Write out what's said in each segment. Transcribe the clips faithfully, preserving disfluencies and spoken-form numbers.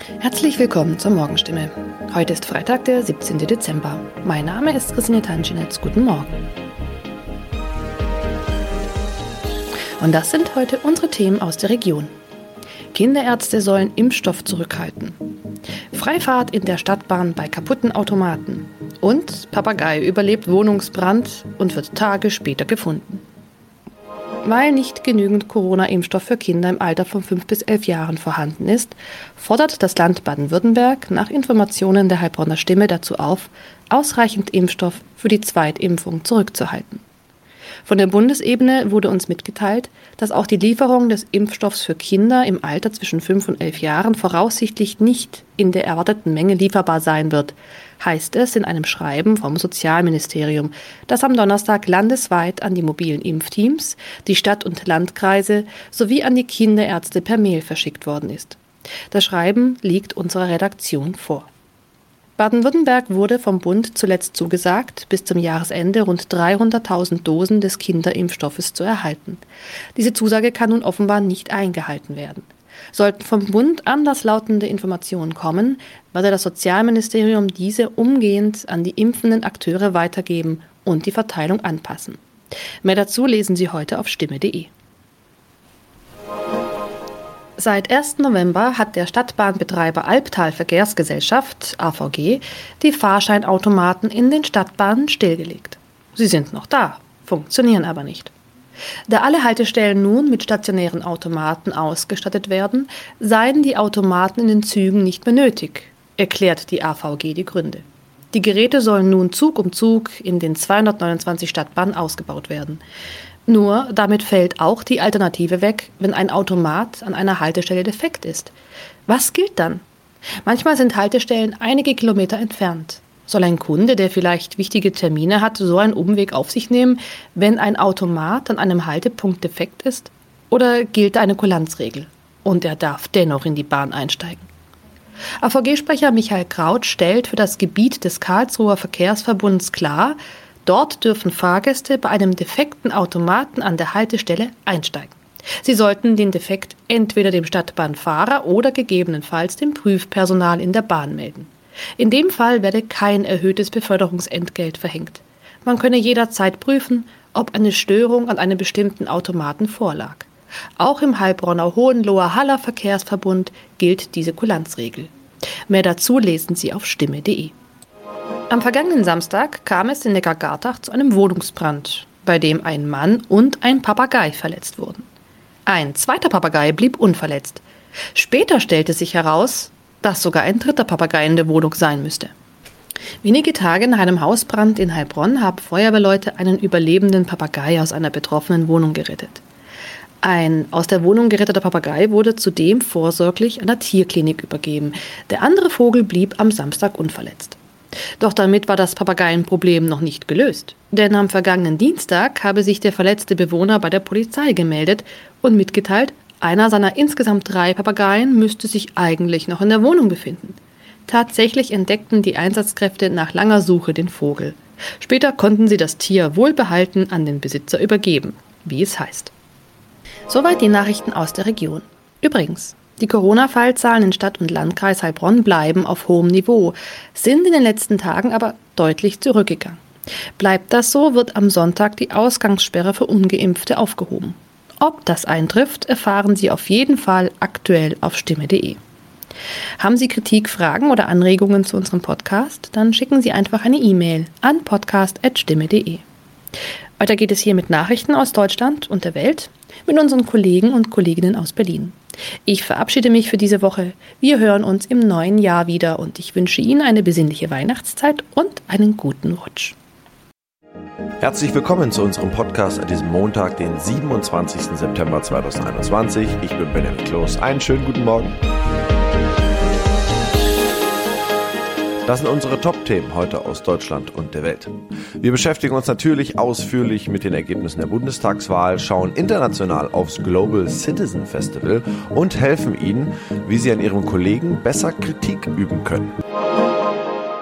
Herzlich willkommen zur Morgenstimme. Heute ist Freitag, der siebzehnten Dezember. Mein Name ist Christine Tanschinetz. Guten Morgen. Und das sind heute unsere Themen aus der Region. Kinderärzte sollen Impfstoff zurückhalten. Freifahrt in der Stadtbahn bei kaputten Automaten. Und Papagei überlebt Wohnungsbrand und wird Tage später gefunden. Weil nicht genügend Corona-Impfstoff für Kinder im Alter von fünf bis elf Jahren vorhanden ist, fordert das Land Baden-Württemberg nach Informationen der Heilbronner Stimme dazu auf, ausreichend Impfstoff für die Zweitimpfung zurückzuhalten. Von der Bundesebene wurde uns mitgeteilt, dass auch die Lieferung des Impfstoffs für Kinder im Alter zwischen fünf und elf Jahren voraussichtlich nicht in der erwarteten Menge lieferbar sein wird, heißt es in einem Schreiben vom Sozialministerium, das am Donnerstag landesweit an die mobilen Impfteams, die Stadt- und Landkreise sowie an die Kinderärzte per Mail verschickt worden ist. Das Schreiben liegt unserer Redaktion vor. Baden-Württemberg wurde vom Bund zuletzt zugesagt, bis zum Jahresende rund dreihunderttausend Dosen des Kinderimpfstoffes zu erhalten. Diese Zusage kann nun offenbar nicht eingehalten werden. Sollten vom Bund anderslautende Informationen kommen, werde das Sozialministerium diese umgehend an die impfenden Akteure weitergeben und die Verteilung anpassen. Mehr dazu lesen Sie heute auf stimme punkt de. Seit ersten November hat der Stadtbahnbetreiber Albtal Verkehrsgesellschaft, A V G, die Fahrscheinautomaten in den Stadtbahnen stillgelegt. Sie sind noch da, funktionieren aber nicht. Da alle Haltestellen nun mit stationären Automaten ausgestattet werden, seien die Automaten in den Zügen nicht mehr nötig, erklärt die A V G die Gründe. Die Geräte sollen nun Zug um Zug in den zweihundertneunundzwanzig Stadtbahnen ausgebaut werden. Nur damit fällt auch die Alternative weg, wenn ein Automat an einer Haltestelle defekt ist. Was gilt dann? Manchmal sind Haltestellen einige Kilometer entfernt. Soll ein Kunde, der vielleicht wichtige Termine hat, so einen Umweg auf sich nehmen, wenn ein Automat an einem Haltepunkt defekt ist? Oder gilt eine Kulanzregel und er darf dennoch in die Bahn einsteigen? A V G-Sprecher Michael Kraut stellt für das Gebiet des Karlsruher Verkehrsverbunds klar, dort dürfen Fahrgäste bei einem defekten Automaten an der Haltestelle einsteigen. Sie sollten den Defekt entweder dem Stadtbahnfahrer oder gegebenenfalls dem Prüfpersonal in der Bahn melden. In dem Fall werde kein erhöhtes Beförderungsentgelt verhängt. Man könne jederzeit prüfen, ob eine Störung an einem bestimmten Automaten vorlag. Auch im Heilbronner Hohenloher-Haller Verkehrsverbund gilt diese Kulanzregel. Mehr dazu lesen Sie auf stimme punkt de. Am vergangenen Samstag kam es in Neckargartach zu einem Wohnungsbrand, bei dem ein Mann und ein Papagei verletzt wurden. Ein zweiter Papagei blieb unverletzt. Später stellte sich heraus, dass sogar ein dritter Papagei in der Wohnung sein müsste. Wenige Tage nach einem Hausbrand in Heilbronn haben Feuerwehrleute einen überlebenden Papagei aus einer betroffenen Wohnung gerettet. Ein aus der Wohnung geretteter Papagei wurde zudem vorsorglich einer Tierklinik übergeben. Der andere Vogel blieb am Samstag unverletzt. Doch damit war das Papageienproblem noch nicht gelöst. Denn am vergangenen Dienstag habe sich der verletzte Bewohner bei der Polizei gemeldet und mitgeteilt, einer seiner insgesamt drei Papageien müsste sich eigentlich noch in der Wohnung befinden. Tatsächlich entdeckten die Einsatzkräfte nach langer Suche den Vogel. Später konnten sie das Tier wohlbehalten an den Besitzer übergeben, wie es heißt. Soweit die Nachrichten aus der Region. Übrigens, die Corona-Fallzahlen in Stadt und Landkreis Heilbronn bleiben auf hohem Niveau, sind in den letzten Tagen aber deutlich zurückgegangen. Bleibt das so, wird am Sonntag die Ausgangssperre für Ungeimpfte aufgehoben. Ob das eintrifft, erfahren Sie auf jeden Fall aktuell auf stimme punkt de. Haben Sie Kritik, Fragen oder Anregungen zu unserem Podcast? Dann schicken Sie einfach eine E-Mail an podcast at stimme punkt de. Weiter geht es hier mit Nachrichten aus Deutschland und der Welt mit unseren Kollegen und Kolleginnen aus Berlin. Ich verabschiede mich für diese Woche. Wir hören uns im neuen Jahr wieder und ich wünsche Ihnen eine besinnliche Weihnachtszeit und einen guten Rutsch. Herzlich willkommen zu unserem Podcast an diesem Montag, den siebenundzwanzigsten September zweitausendeinundzwanzig. Ich bin Benjamin Kloß. Einen schönen guten Morgen. Das sind unsere Top-Themen heute aus Deutschland und der Welt. Wir beschäftigen uns natürlich ausführlich mit den Ergebnissen der Bundestagswahl, schauen international aufs Global Citizen Festival und helfen Ihnen, wie Sie an Ihren Kollegen besser Kritik üben können.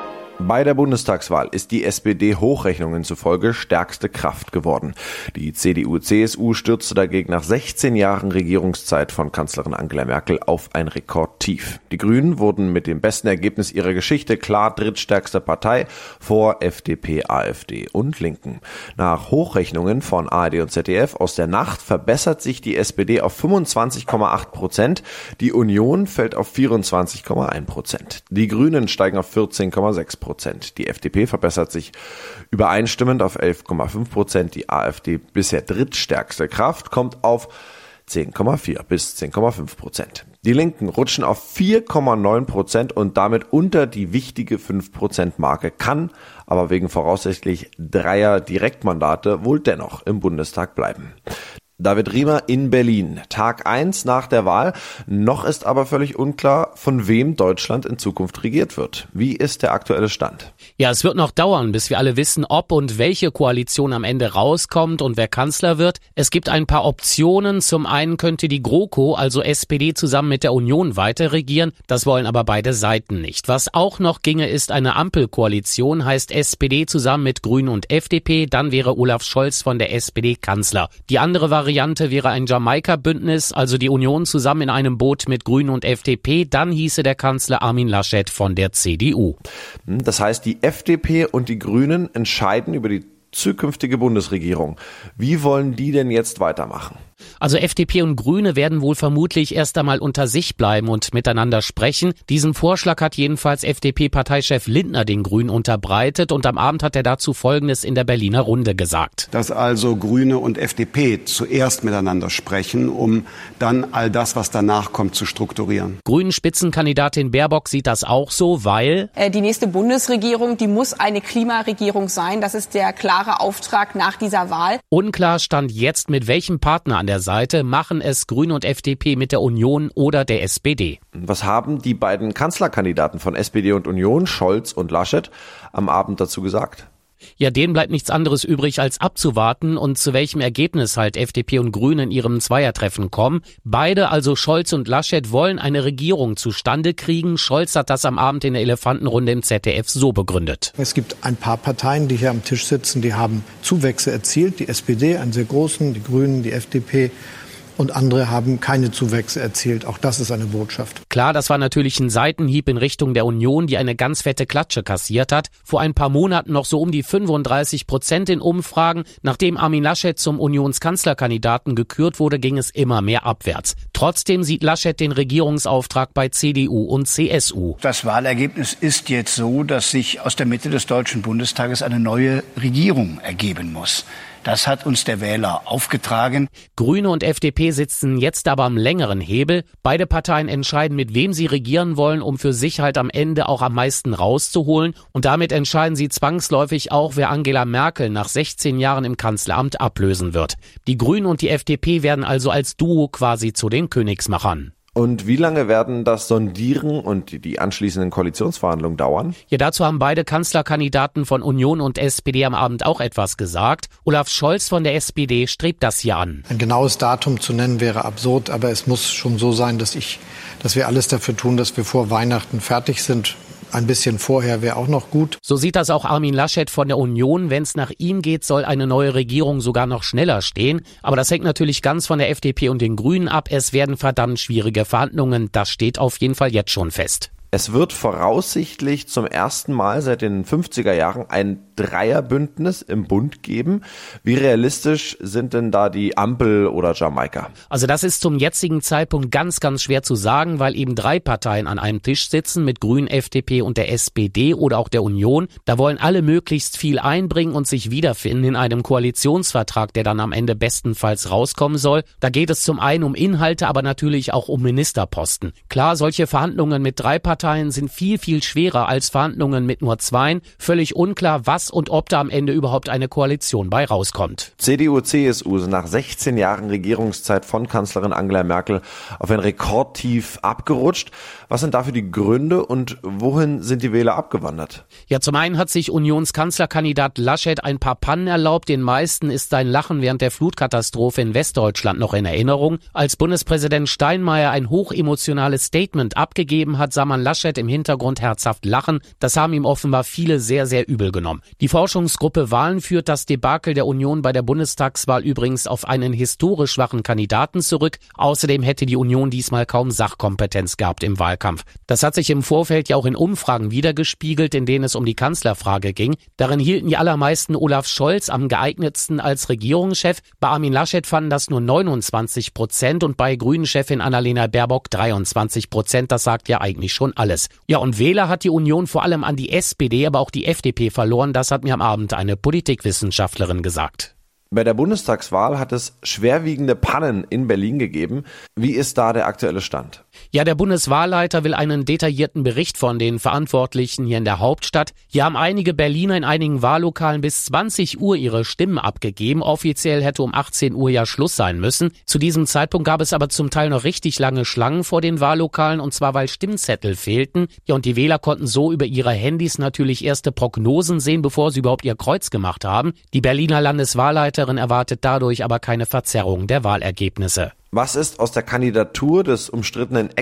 Bei der Bundestagswahl ist die S P D Hochrechnungen zufolge stärkste Kraft geworden. Die C D U C S U stürzte dagegen nach sechzehn Jahren Regierungszeit von Kanzlerin Angela Merkel auf ein Rekordtief. Die Grünen wurden mit dem besten Ergebnis ihrer Geschichte klar drittstärkste Partei vor F D P, AfD und Linken. Nach Hochrechnungen von A R D und Z D F aus der Nacht verbessert sich die S P D auf fünfundzwanzig Komma acht Prozent, die Union fällt auf vierundzwanzig Komma eins Prozent. Die Grünen steigen auf vierzehn Komma sechs Prozent. Die F D P verbessert sich übereinstimmend auf elf Komma fünf Prozent. Die AfD, bisher drittstärkste Kraft, kommt auf zehn Komma vier bis zehn Komma fünf Prozent. Die Linken rutschen auf vier Komma neun Prozent und damit unter die wichtige fünf Prozent Marke, kann aber wegen voraussichtlich dreier Direktmandate wohl dennoch im Bundestag bleiben. David Riemer in Berlin. Tag eins nach der Wahl. Noch ist aber völlig unklar, von wem Deutschland in Zukunft regiert wird. Wie ist der aktuelle Stand? Ja, es wird noch dauern, bis wir alle wissen, ob und welche Koalition am Ende rauskommt und wer Kanzler wird. Es gibt ein paar Optionen. Zum einen könnte die GroKo, also S P D, zusammen mit der Union weiter regieren. Das wollen aber beide Seiten nicht. Was auch noch ginge, ist eine Ampelkoalition, heißt S P D zusammen mit Grünen und F D P. Dann wäre Olaf Scholz von der S P D Kanzler. Die andere Variante Variante wäre ein Jamaika-Bündnis, also die Union zusammen in einem Boot mit Grünen und F D P. Dann hieße der Kanzler Armin Laschet von der C D U. Das heißt, die F D P und die Grünen entscheiden über die zukünftige Bundesregierung. Wie wollen die denn jetzt weitermachen? Also F D P und Grüne werden wohl vermutlich erst einmal unter sich bleiben und miteinander sprechen. Diesen Vorschlag hat jedenfalls F D P-Parteichef Lindner den Grünen unterbreitet und am Abend hat er dazu Folgendes in der Berliner Runde gesagt. Dass also Grüne und F D P zuerst miteinander sprechen, um dann all das, was danach kommt, zu strukturieren. Grünen-Spitzenkandidatin Baerbock sieht das auch so, weil die nächste Bundesregierung, die muss eine Klimaregierung sein. Das ist der klare Auftrag nach dieser Wahl. Unklar stand jetzt, mit welchem Partner an der Seite machen es Grüne und F D P mit der Union oder der S P D. Was haben die beiden Kanzlerkandidaten von S P D und Union, Scholz und Laschet, am Abend dazu gesagt? Ja, denen bleibt nichts anderes übrig, als abzuwarten und zu welchem Ergebnis halt F D P und Grüne in ihrem Zweiertreffen kommen. Beide, also Scholz und Laschet, wollen eine Regierung zustande kriegen. Scholz hat das am Abend in der Elefantenrunde im Z D F so begründet. Es gibt ein paar Parteien, die hier am Tisch sitzen, die haben Zuwächse erzielt. Die S P D, einen sehr großen, die Grünen, die F D P. Und andere haben keine Zuwächse erzielt. Auch das ist eine Botschaft. Klar, das war natürlich ein Seitenhieb in Richtung der Union, die eine ganz fette Klatsche kassiert hat. Vor ein paar Monaten noch so um die fünfunddreißig Prozent in Umfragen. Nachdem Armin Laschet zum Unionskanzlerkandidaten gekürt wurde, ging es immer mehr abwärts. Trotzdem sieht Laschet den Regierungsauftrag bei C D U und C S U. Das Wahlergebnis ist jetzt so, dass sich aus der Mitte des Deutschen Bundestages eine neue Regierung ergeben muss. Das hat uns der Wähler aufgetragen. Grüne und F D P sitzen jetzt aber am längeren Hebel. Beide Parteien entscheiden, mit wem sie regieren wollen, um für sich halt am Ende auch am meisten rauszuholen. Und damit entscheiden sie zwangsläufig auch, wer Angela Merkel nach sechzehn Jahren im Kanzleramt ablösen wird. Die Grünen und die F D P werden also als Duo quasi zu den Königsmachern. Und wie lange werden das Sondieren und die anschließenden Koalitionsverhandlungen dauern? Ja, dazu haben beide Kanzlerkandidaten von Union und S P D am Abend auch etwas gesagt. Olaf Scholz von der S P D strebt das hier an. Ein genaues Datum zu nennen wäre absurd, aber es muss schon so sein, dass ich, dass wir alles dafür tun, dass wir vor Weihnachten fertig sind. Ein bisschen vorher wäre auch noch gut. So sieht das auch Armin Laschet von der Union. Wenn es nach ihm geht, soll eine neue Regierung sogar noch schneller stehen. Aber das hängt natürlich ganz von der F D P und den Grünen ab. Es werden verdammt schwierige Verhandlungen. Das steht auf jeden Fall jetzt schon fest. Es wird voraussichtlich zum ersten Mal seit den fünfziger Jahren ein Dreierbündnis im Bund geben. Wie realistisch sind denn da die Ampel oder Jamaika? Also das ist zum jetzigen Zeitpunkt ganz, ganz schwer zu sagen, weil eben drei Parteien an einem Tisch sitzen mit Grünen, F D P und der S P D oder auch der Union. Da wollen alle möglichst viel einbringen und sich wiederfinden in einem Koalitionsvertrag, der dann am Ende bestenfalls rauskommen soll. Da geht es zum einen um Inhalte, aber natürlich auch um Ministerposten. Klar, solche Verhandlungen mit drei Parteien sind viel, viel schwerer als Verhandlungen mit nur zweien. Völlig unklar, was was und ob da am Ende überhaupt eine Koalition bei rauskommt. C D U, C S U sind nach sechzehn Jahren Regierungszeit von Kanzlerin Angela Merkel auf ein Rekordtief abgerutscht. Was sind dafür die Gründe und wohin sind die Wähler abgewandert? Ja, zum einen hat sich Unionskanzlerkandidat Laschet ein paar Pannen erlaubt. Den meisten ist sein Lachen während der Flutkatastrophe in Westdeutschland noch in Erinnerung. Als Bundespräsident Steinmeier ein hochemotionales Statement abgegeben hat, sah man Laschet im Hintergrund herzhaft lachen. Das haben ihm offenbar viele sehr, sehr übel genommen. Die Forschungsgruppe Wahlen führt das Debakel der Union bei der Bundestagswahl übrigens auf einen historisch schwachen Kandidaten zurück. Außerdem hätte die Union diesmal kaum Sachkompetenz gehabt im Wahlkampf. Das hat sich im Vorfeld ja auch in Umfragen wiedergespiegelt, in denen es um die Kanzlerfrage ging. Darin hielten die allermeisten Olaf Scholz am geeignetsten als Regierungschef. Bei Armin Laschet fanden das nur neunundzwanzig Prozent und bei Grünen-Chefin Annalena Baerbock dreiundzwanzig Prozent. Das sagt ja eigentlich schon alles. Ja, und Wähler hat die Union vor allem an die S P D, aber auch die F D P verloren. Das hat mir am Abend eine Politikwissenschaftlerin gesagt. Bei der Bundestagswahl hat es schwerwiegende Pannen in Berlin gegeben. Wie ist da der aktuelle Stand? Ja, der Bundeswahlleiter will einen detaillierten Bericht von den Verantwortlichen hier in der Hauptstadt. Hier haben einige Berliner in einigen Wahllokalen bis zwanzig Uhr ihre Stimmen abgegeben. Offiziell hätte um achtzehn Uhr ja Schluss sein müssen. Zu diesem Zeitpunkt gab es aber zum Teil noch richtig lange Schlangen vor den Wahllokalen, und zwar weil Stimmzettel fehlten. Ja, und die Wähler konnten so über ihre Handys natürlich erste Prognosen sehen, bevor sie überhaupt ihr Kreuz gemacht haben. Die Berliner Landeswahlleiterin erwartet dadurch aber keine Verzerrung der Wahlergebnisse. Was ist aus der Kandidatur des umstrittenen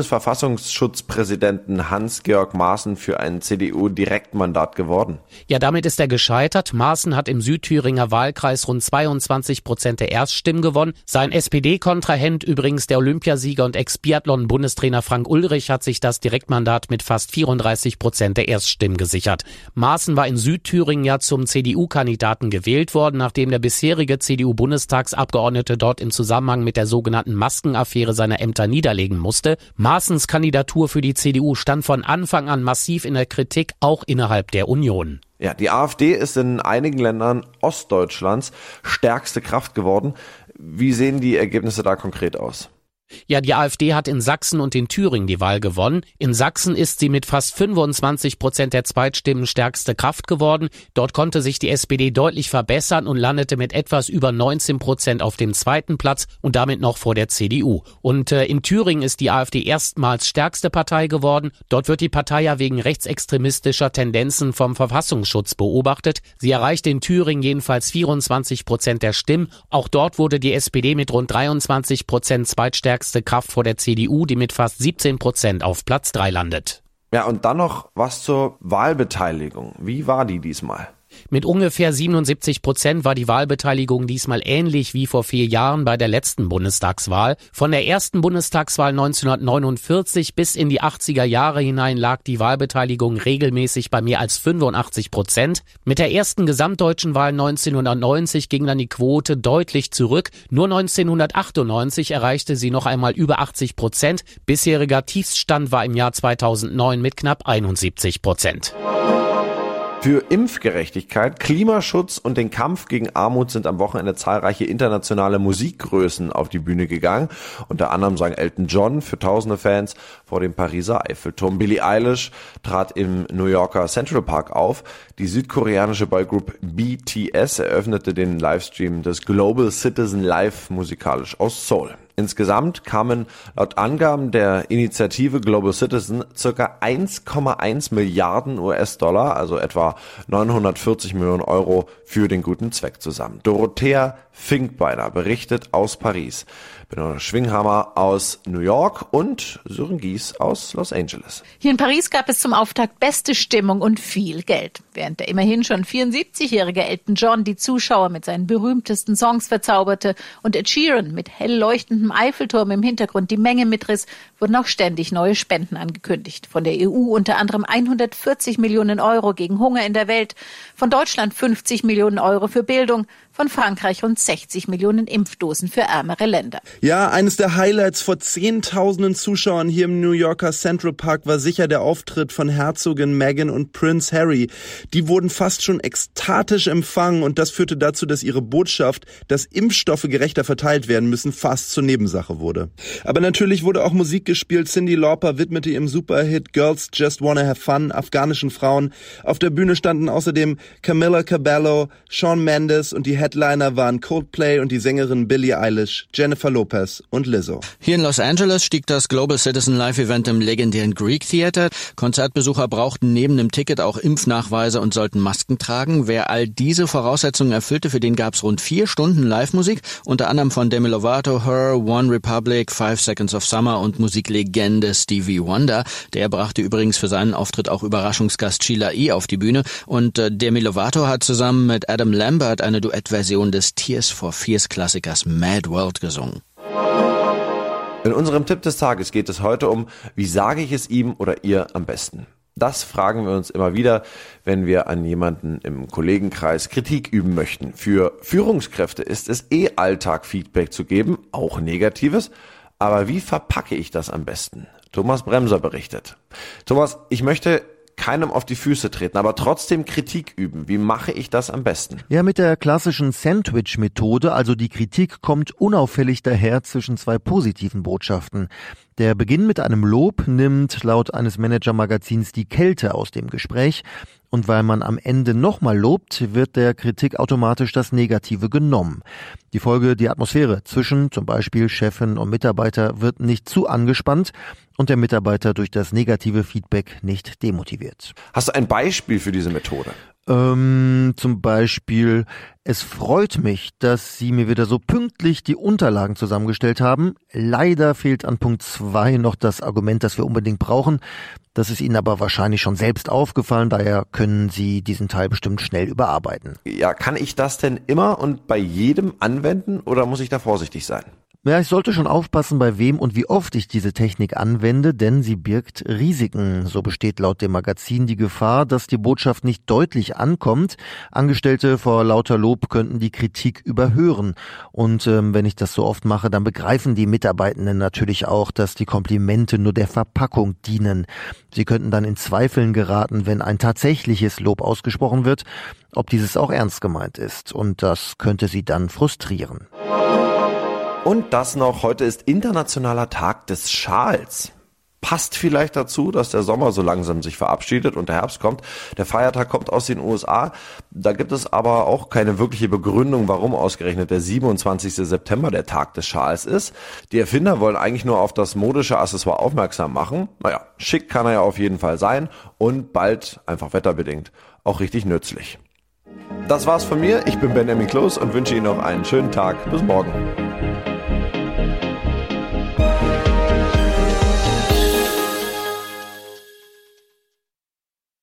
Ex-Bundesverfassungsschutzpräsidenten Hans-Georg Maaßen für ein C D U-Direktmandat geworden? Ja, damit ist er gescheitert. Maaßen hat im Südthüringer Wahlkreis rund zweiundzwanzig Prozent der Erststimmen gewonnen. Sein S P D-Kontrahent, übrigens der Olympiasieger und Ex-Biathlon-Bundestrainer Frank Ulrich, hat sich das Direktmandat mit fast vierunddreißig Prozent der Erststimmen gesichert. Maaßen war in Südthüringen ja zum C D U-Kandidaten gewählt worden, nachdem der bisherige C D U-Bundestagsabgeordnete dort im Zusammenhang mit der sogenannten Maskenaffäre seine Ämter niederlegen musste. Maaßens Kandidatur für die C D U stand von Anfang an massiv in der Kritik, auch innerhalb der Union. Ja, die AfD ist in einigen Ländern Ostdeutschlands stärkste Kraft geworden. Wie sehen die Ergebnisse da konkret aus? Ja, die AfD hat in Sachsen und in Thüringen die Wahl gewonnen. In Sachsen ist sie mit fast fünfundzwanzig Prozent der Zweitstimmen stärkste Kraft geworden. Dort konnte sich die S P D deutlich verbessern und landete mit etwas über neunzehn Prozent auf dem zweiten Platz und damit noch vor der C D U. Und äh, in Thüringen ist die AfD erstmals stärkste Partei geworden. Dort wird die Partei ja wegen rechtsextremistischer Tendenzen vom Verfassungsschutz beobachtet. Sie erreichte in Thüringen jedenfalls vierundzwanzig Prozent der Stimmen. Auch dort wurde die S P D mit rund dreiundzwanzig Prozent zweitstärkste Kraft vor der C D U, die mit fast siebzehn Prozent auf Platz drei landet. Ja, und dann noch was zur Wahlbeteiligung. Wie war die diesmal? Mit ungefähr siebenundsiebzig Prozent war die Wahlbeteiligung diesmal ähnlich wie vor vier Jahren bei der letzten Bundestagswahl. Von der ersten Bundestagswahl neunzehnhundertneunundvierzig bis in die achtziger Jahre hinein lag die Wahlbeteiligung regelmäßig bei mehr als fünfundachtzig Prozent. Mit der ersten gesamtdeutschen Wahl neunzehnhundertneunzig ging dann die Quote deutlich zurück. Nur neunzehnhundertachtundneunzig erreichte sie noch einmal über achtzig Prozent. Bisheriger Tiefststand war im Jahr zweitausendneun mit knapp einundsiebzig Prozent. Für Impfgerechtigkeit, Klimaschutz und den Kampf gegen Armut sind am Wochenende zahlreiche internationale Musikgrößen auf die Bühne gegangen. Unter anderem sang Elton John für tausende Fans vor dem Pariser Eiffelturm. Billie Eilish trat im New Yorker Central Park auf. Die südkoreanische Boygroup B T S eröffnete den Livestream des Global Citizen Live musikalisch aus Seoul. Insgesamt kamen laut Angaben der Initiative Global Citizen circa eins Komma eins Milliarden U S-Dollar, also etwa neunhundertvierzig Millionen Euro, für den guten Zweck zusammen. Dorothea Finkbeiner berichtet aus Paris, Benno Schwinghammer aus New York und Sören Gies aus Los Angeles. Hier in Paris gab es zum Auftakt beste Stimmung und viel Geld. Während der immerhin schon vierundsiebzigjährige Elton John die Zuschauer mit seinen berühmtesten Songs verzauberte und Ed Sheeran mit hell leuchtendem Eiffelturm im Hintergrund die Menge mitriss, wurden auch ständig neue Spenden angekündigt. Von der E U unter anderem hundertvierzig Millionen Euro gegen Hunger in der Welt, von Deutschland fünfzig Millionen Euro für Bildung, von Frankreich rund sechzig Millionen Impfdosen für ärmere Länder. Ja, eines der Highlights vor zehntausenden Zuschauern hier im New Yorker Central Park war sicher der Auftritt von Herzogin Meghan und Prince Harry. Die wurden fast schon ekstatisch empfangen und das führte dazu, dass ihre Botschaft, dass Impfstoffe gerechter verteilt werden müssen, fast zur Nebensache wurde. Aber natürlich wurde auch Musik gespielt. Cyndi Lauper widmete ihrem Superhit Girls Just Wanna Have Fun afghanischen Frauen. Auf der Bühne standen außerdem Camila Cabello, Shawn Mendes und die Headliner waren Coldplay und die Sängerin Billie Eilish, Jennifer Lopez und Lizzo. Hier in Los Angeles stieg das Global Citizen Live Event im legendären Greek Theater. Konzertbesucher brauchten neben dem Ticket auch Impfnachweise und sollten Masken tragen. Wer all diese Voraussetzungen erfüllte, für den gab es rund vier Stunden Live-Musik, unter anderem von Demi Lovato, Her, One Republic, Five Seconds of Summer und Musiklegende Stevie Wonder. Der brachte übrigens für seinen Auftritt auch Überraschungsgast Sheila E. auf die Bühne. Und äh, Demi Lovato hat zusammen mit Adam Lambert eine Duettversion des Tears for Fears Klassikers Mad World gesungen. In unserem Tipp des Tages geht es heute um, wie sage ich es ihm oder ihr am besten? Das fragen wir uns immer wieder, wenn wir an jemanden im Kollegenkreis Kritik üben möchten. Für Führungskräfte ist es eh Alltag, Feedback zu geben, auch Negatives. Aber wie verpacke ich das am besten? Thomas Bremser berichtet. Thomas, ich möchte keinem auf die Füße treten, aber trotzdem Kritik üben. Wie mache ich das am besten? Ja, mit der klassischen Sandwich-Methode, also die Kritik kommt unauffällig daher zwischen zwei positiven Botschaften. Der Beginn mit einem Lob nimmt laut eines Manager-Magazins die Kälte aus dem Gespräch. Und weil man am Ende nochmal lobt, wird der Kritik automatisch das Negative genommen. Die Folge, die Atmosphäre zwischen zum Beispiel Chefin und Mitarbeiter wird nicht zu angespannt und der Mitarbeiter durch das negative Feedback nicht demotiviert. Hast du ein Beispiel für diese Methode? Ähm, zum Beispiel, es freut mich, dass Sie mir wieder so pünktlich die Unterlagen zusammengestellt haben. Leider fehlt an Punkt zwei noch das Argument, das wir unbedingt brauchen. Das ist Ihnen aber wahrscheinlich schon selbst aufgefallen, daher können Sie diesen Teil bestimmt schnell überarbeiten. Ja, kann ich das denn immer und bei jedem anwenden oder muss ich da vorsichtig sein? Ja, ich sollte schon aufpassen, bei wem und wie oft ich diese Technik anwende, denn sie birgt Risiken. So besteht laut dem Magazin die Gefahr, dass die Botschaft nicht deutlich ankommt. Angestellte vor lauter Lob könnten die Kritik überhören. Und ähm, wenn ich das so oft mache, dann begreifen die Mitarbeitenden natürlich auch, dass die Komplimente nur der Verpackung dienen. Sie könnten dann in Zweifeln geraten, wenn ein tatsächliches Lob ausgesprochen wird, ob dieses auch ernst gemeint ist. Und das könnte sie dann frustrieren. Und das noch, heute ist Internationaler Tag des Schals. Passt vielleicht dazu, dass der Sommer so langsam sich verabschiedet und der Herbst kommt. Der Feiertag kommt aus den U S A. Da gibt es aber auch keine wirkliche Begründung, warum ausgerechnet der siebenundzwanzigster September der Tag des Schals ist. Die Erfinder wollen eigentlich nur auf das modische Accessoire aufmerksam machen. Naja, schick kann er ja auf jeden Fall sein und bald, einfach wetterbedingt, auch richtig nützlich. Das war's von mir. Ich bin Benjamin Kloß und wünsche Ihnen noch einen schönen Tag. Bis morgen.